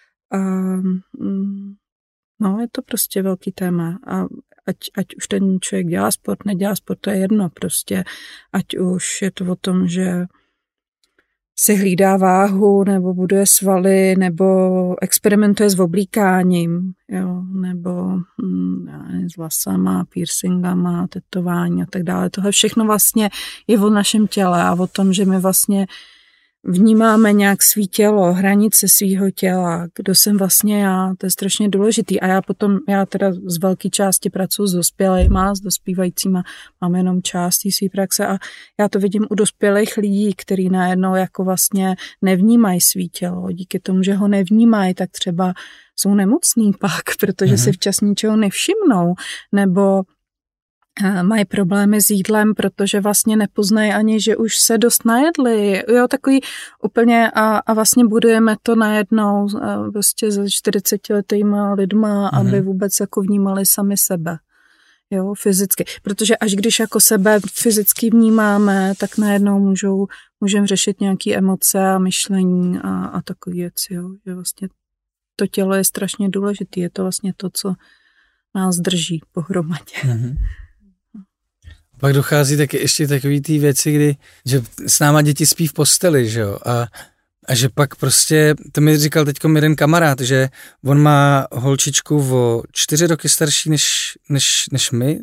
no, je to prostě velký téma a ať už ten člověk dělá sport, nedělá sport, to je jedno prostě. Ať už je to o tom, že si hlídá váhu, nebo buduje svaly, nebo experimentuje s oblíkáním, jo, nebo s vlasama, piercingama, tetování a tak dále. Tohle všechno vlastně je o našem těle a o tom, že my vlastně vnímáme nějak svý tělo, hranice svýho těla, kdo jsem vlastně já, to je strašně důležitý. A já teda z velké části pracuji s dospělejma, s dospívajícíma, mám jenom část své praxe a já to vidím u dospělých lidí, kteří najednou jako vlastně nevnímají svý tělo. Díky tomu, že ho nevnímají, tak třeba jsou nemocný pak, protože si včas ničeho nevšimnou, nebo mají problémy s jídlem, protože vlastně nepoznají ani, že už se dost najedli. Jo, takový úplně a vlastně budujeme to najednou prostě se 40letýma lidma, aby vůbec jako vnímali sami sebe. Jo, fyzicky. Protože až když jako sebe fyzicky vnímáme, tak najednou můžeme řešit nějaké emoce a myšlení a takové věci. Jo. Že vlastně to tělo je strašně důležité. Je to vlastně to, co nás drží pohromadě.
Pak dochází taky ještě takový ty věci, kdy že s náma děti spí v posteli, že jo, a že pak prostě, to mi říkal teďkom jeden kamarád, že on má holčičku o 4 roky starší než my,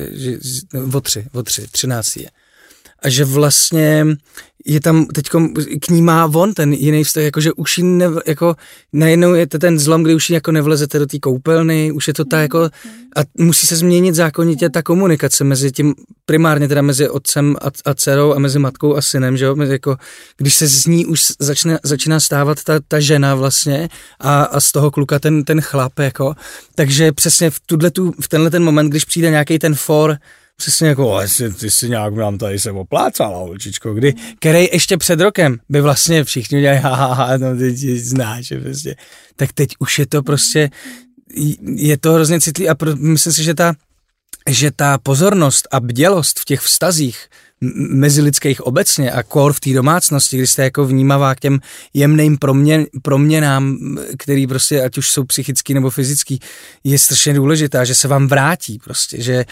o 3, 13 je. A že vlastně je tam teďkom, k ní má on ten jiný vztah, jakože už jí jako najednou je to ten zlom, kdy už jí jako nevlezete do té koupelny, už je to ta jako, a musí se změnit zákonitě ta komunikace mezi tím, primárně teda mezi otcem a dcerou a mezi matkou a synem, že jo, jako, když se z ní už začíná stávat ta žena vlastně a z toho kluka ten chlap, jako, takže přesně v tenhle ten moment, když přijde nějaký ten for, přesně jako, ty si nějak nám tady se oplácala, holčičko, který ještě před rokem by vlastně všichni udělali, no ty znáš, prostě. Tak teď už je to prostě, je to hrozně citlivý a myslím si, že ta pozornost a bdělost v těch vztazích mezilidských obecně a kor v té domácnosti, kdy jste jako vnímavá k těm jemným proměnám, který prostě, ať už jsou psychický nebo fyzický, je strašně důležitá, že se vám vrátí prostě,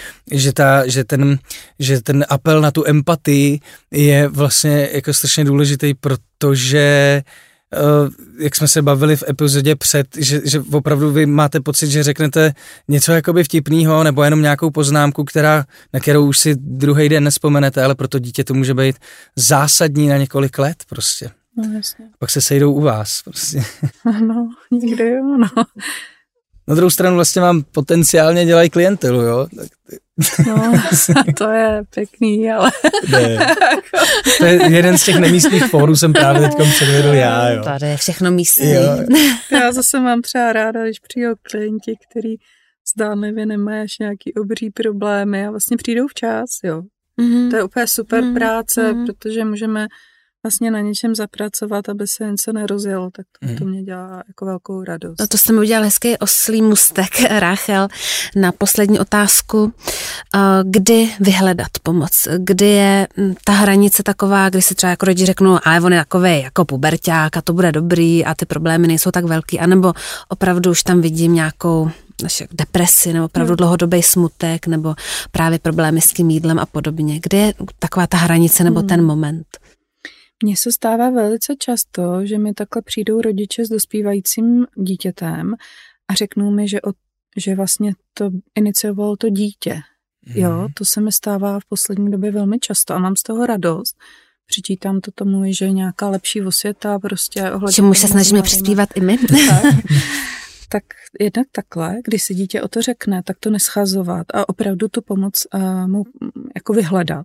že ten apel na tu empatii je vlastně jako strašně důležitý, protože jak jsme se bavili v epizodě před, že opravdu vy máte pocit, že řeknete něco jakoby vtipnýho nebo jenom nějakou poznámku, na kterou už si druhý den nevzpomenete, ale pro to dítě to může být zásadní na několik let prostě.
No jasně.
Pak se sejdou u vás prostě.
No, někde jo, no.
Na druhou stranu vlastně vám potenciálně dělají klientelu, jo?
No, to je pěkný, ale...
Ne. To je jeden z těch nemístních fórů, jsem právě teďkom předvedl já, jo.
Tady je všechno místní.
Já zase mám třeba ráda, když přijdou klienti, který zdánlivě nemají až nějaký obří problémy a vlastně přijdou včas, jo. Mm-hmm. To je úplně super práce, protože můžeme vlastně na něčem zapracovat, aby se něco nerozjelo, tak to mě dělá jako velkou radost.
No to jste mi udělal hezký oslý můstek, Ráchel, na poslední otázku. Kdy vyhledat pomoc? Kdy je ta hranice taková, kdy si třeba jako rodiče řeknou, ale on je takovej jako puberťák a to bude dobrý a ty problémy nejsou tak velký, anebo opravdu už tam vidím nějakou depresi nebo opravdu dlouhodobý smutek nebo právě problémy s tím jídlem a podobně. Kdy je taková ta hranice nebo ten moment?
Mně se stává velice často, že mi takhle přijdou rodiče s dospívajícím dítětem a řeknou mi, že vlastně to iniciovalo to dítě. Jo, to se mi stává v poslední době velmi často a mám z toho radost. Přičítám to tomu, že je nějaká lepší osvěta prostě ohledně...
Čemu se snažíme přispívat i my.
Tak jednak takhle, když si dítě o to řekne, tak to neschazovat a opravdu tu pomoc mu jako vyhledat.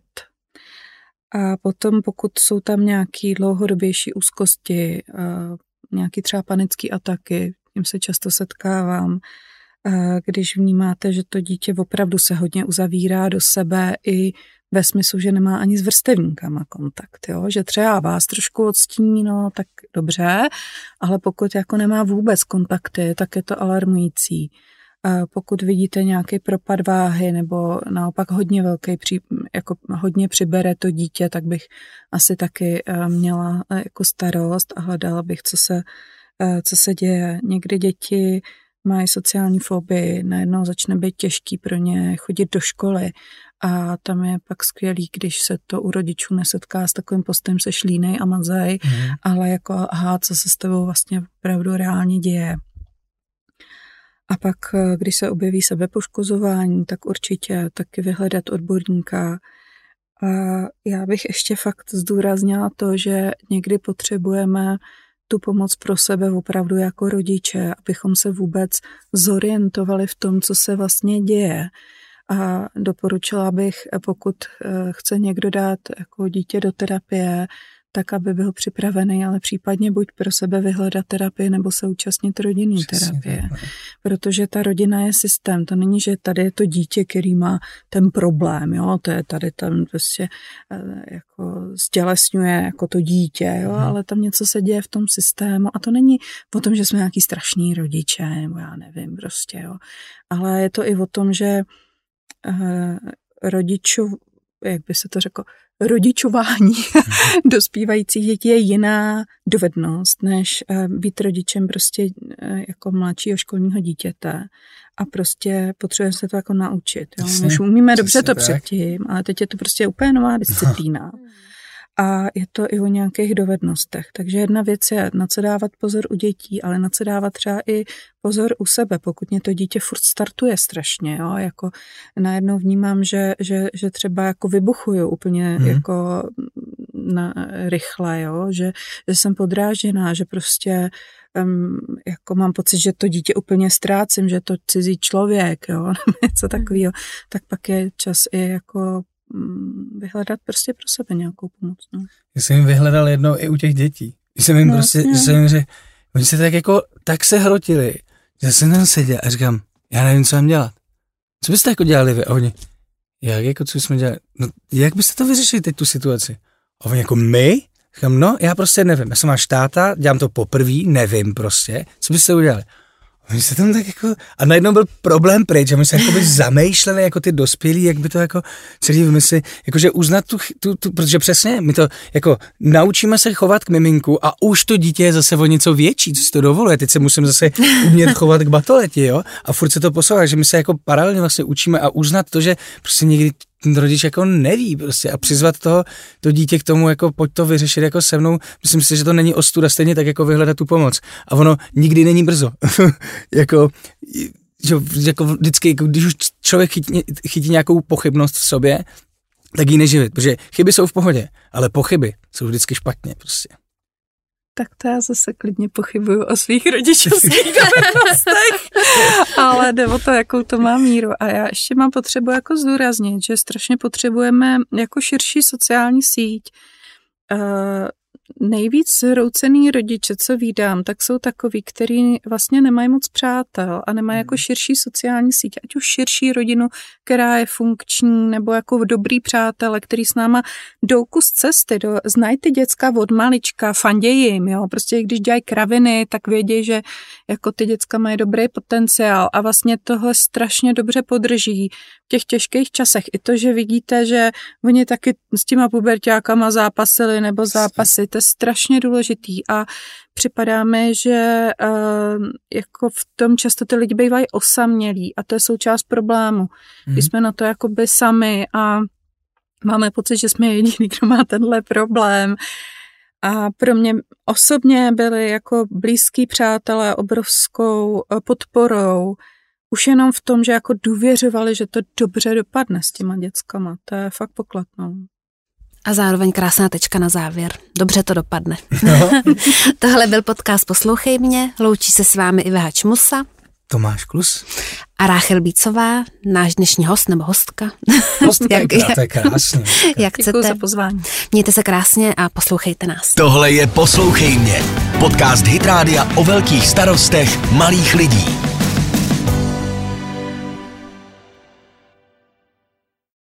A potom, pokud jsou tam nějaké dlouhodobější úzkosti, nějaké třeba panické ataky, tím se často setkávám, když vnímáte, že to dítě opravdu se hodně uzavírá do sebe i ve smyslu, že nemá ani s vrstevníkama kontakt, jo? Že třeba vás trošku odstíní, no tak dobře, ale pokud jako nemá vůbec kontakty, tak je to alarmující. Pokud vidíte nějaký propad váhy nebo naopak hodně velký, jako hodně přibere to dítě, tak bych asi taky měla jako starost a hledala bych, co se děje. Někdy děti mají sociální fobii, najednou začne být těžký pro ně chodit do školy a tam je pak skvělý, když se to u rodičů nesetká s takovým postojem se šlínej a mazej, ale jako aha, co se s tebou vlastně opravdu reálně děje. A pak, když se objeví sebepoškozování, tak určitě taky vyhledat odborníka. A já bych ještě fakt zdůraznila to, že někdy potřebujeme tu pomoc pro sebe opravdu jako rodiče, abychom se vůbec zorientovali v tom, co se vlastně děje. A doporučila bych, pokud chce někdo dát jako dítě do terapie, tak aby byl připravený, ale případně buď pro sebe vyhledat terapii nebo se účastnit rodinné terapie. Protože ta rodina je systém. To není, že tady je to dítě, který má ten problém, jo? To je tady tam prostě jako stělesňuje jako to dítě, jo? Ale tam něco se děje v tom systému a to není o tom, že jsme nějaký strašní rodiče, nebo já nevím prostě, jo? Ale je to i o tom, že jak by se to řeklo, rodičování dospívajících dětí je jiná dovednost, než být rodičem prostě jako mladšího školního dítěte a prostě potřebujeme se to jako naučit. Jo? My už umíme dobře to předtím, ale teď je to prostě úplně nová disciplína. A je to i o nějakých dovednostech. Takže jedna věc je, na co dávat pozor u dětí, ale na co dávat třeba i pozor u sebe, pokud mě to dítě furt startuje strašně. Jo? Jako najednou vnímám, že třeba jako vybuchuju úplně jako rychle, jo? Že jsem podrážděná, že prostě jako mám pocit, že to dítě úplně ztrácím, že to cizí člověk, jo? Nebo něco takového. Tak pak je čas i jako vyhledat prostě pro sebe nějakou pomoc. No.
Já jsem jim vyhledal jednou i u těch dětí. Jsem jim prostě, že oni se tak jako, tak se hrotili, že jsem tam seděl a říkám, já nevím, co mám dělat. Co byste jako dělali vy? A oni, jak jako, co jsme dělali? No, jak byste to vyřešili teď tu situaci? A oni jako my? Říkám, no, já prostě nevím. Já jsem máš táta, dělám to poprvé, nevím prostě. Co byste udělali? Oni se tam tak jako, a najednou byl problém pryč, a my se jakoby zamýšleli jako ty dospělí, jak by to jako celý vymysli, jakože uznat tu, protože přesně, my to jako naučíme se chovat k miminku a už to dítě je zase o něco větší, co si to dovoluje, teď se musím zase umět chovat k batoleti, jo, a furt se to posouvá, že my se jako paralelně vlastně učíme a uznat to, že prostě někdy ten rodič jako neví prostě a přizvat to dítě k tomu, jako pojď to vyřešit jako se mnou, myslím si, že to není ostuda, stejně tak jako vyhledat tu pomoc. A ono nikdy není brzo. jako vždycky, jako když už člověk chytí nějakou pochybnost v sobě, tak ji neživit, protože chyby jsou v pohodě, ale pochyby jsou vždycky špatně prostě.
Tak to já zase klidně pochybuju o svých rodičovských dovednostech, ale jde o to, jakou to má míru. A já ještě mám potřebu jako zdůraznit, že strašně potřebujeme jako širší sociální síť. Nejvíc zhroucený rodiče, co vídám, tak jsou takový, který vlastně nemají moc přátel a nemají jako širší sociální síť, ať už širší rodinu, která je funkční, nebo jako dobrý přátelé, který s náma jdou kus cesty, znají ty děcka od malička, fandějí jim, jo, prostě když dělají kraviny, tak vědí, že jako ty děcka mají dobrý potenciál a vlastně tohle strašně dobře podrží v těch těžkých časech. I to, že vidíte, že oni taky s těma puberťákama zápasili nebo zápasy, to je strašně důležitý a připadá mi, že jako v tom často ty lidi bývají osamělí a to je součást problému. Když jsme na to jakoby sami a máme pocit, že jsme jediný, kdo má tenhle problém. A pro mě osobně byli jako blízký přátelé obrovskou podporou, už jenom v tom, že jako důvěřovali, že to dobře dopadne s těma dětskama. To je fakt pokladnou.
A zároveň krásná tečka na závěr. Dobře to dopadne. No. Tohle byl podcast Poslouchej mě. Loučí se s vámi Iva Hačmusa.
Tomáš Klus.
A Ráchel Bícová, náš dnešní host nebo hostka.
Hostka, to je krásně.
Jak
Děkuji
chcete.
za pozvání.
Mějte se krásně a poslouchejte nás.
Tohle je Poslouchej mě. Podcast Hit Rádia o velkých starostech malých lidí.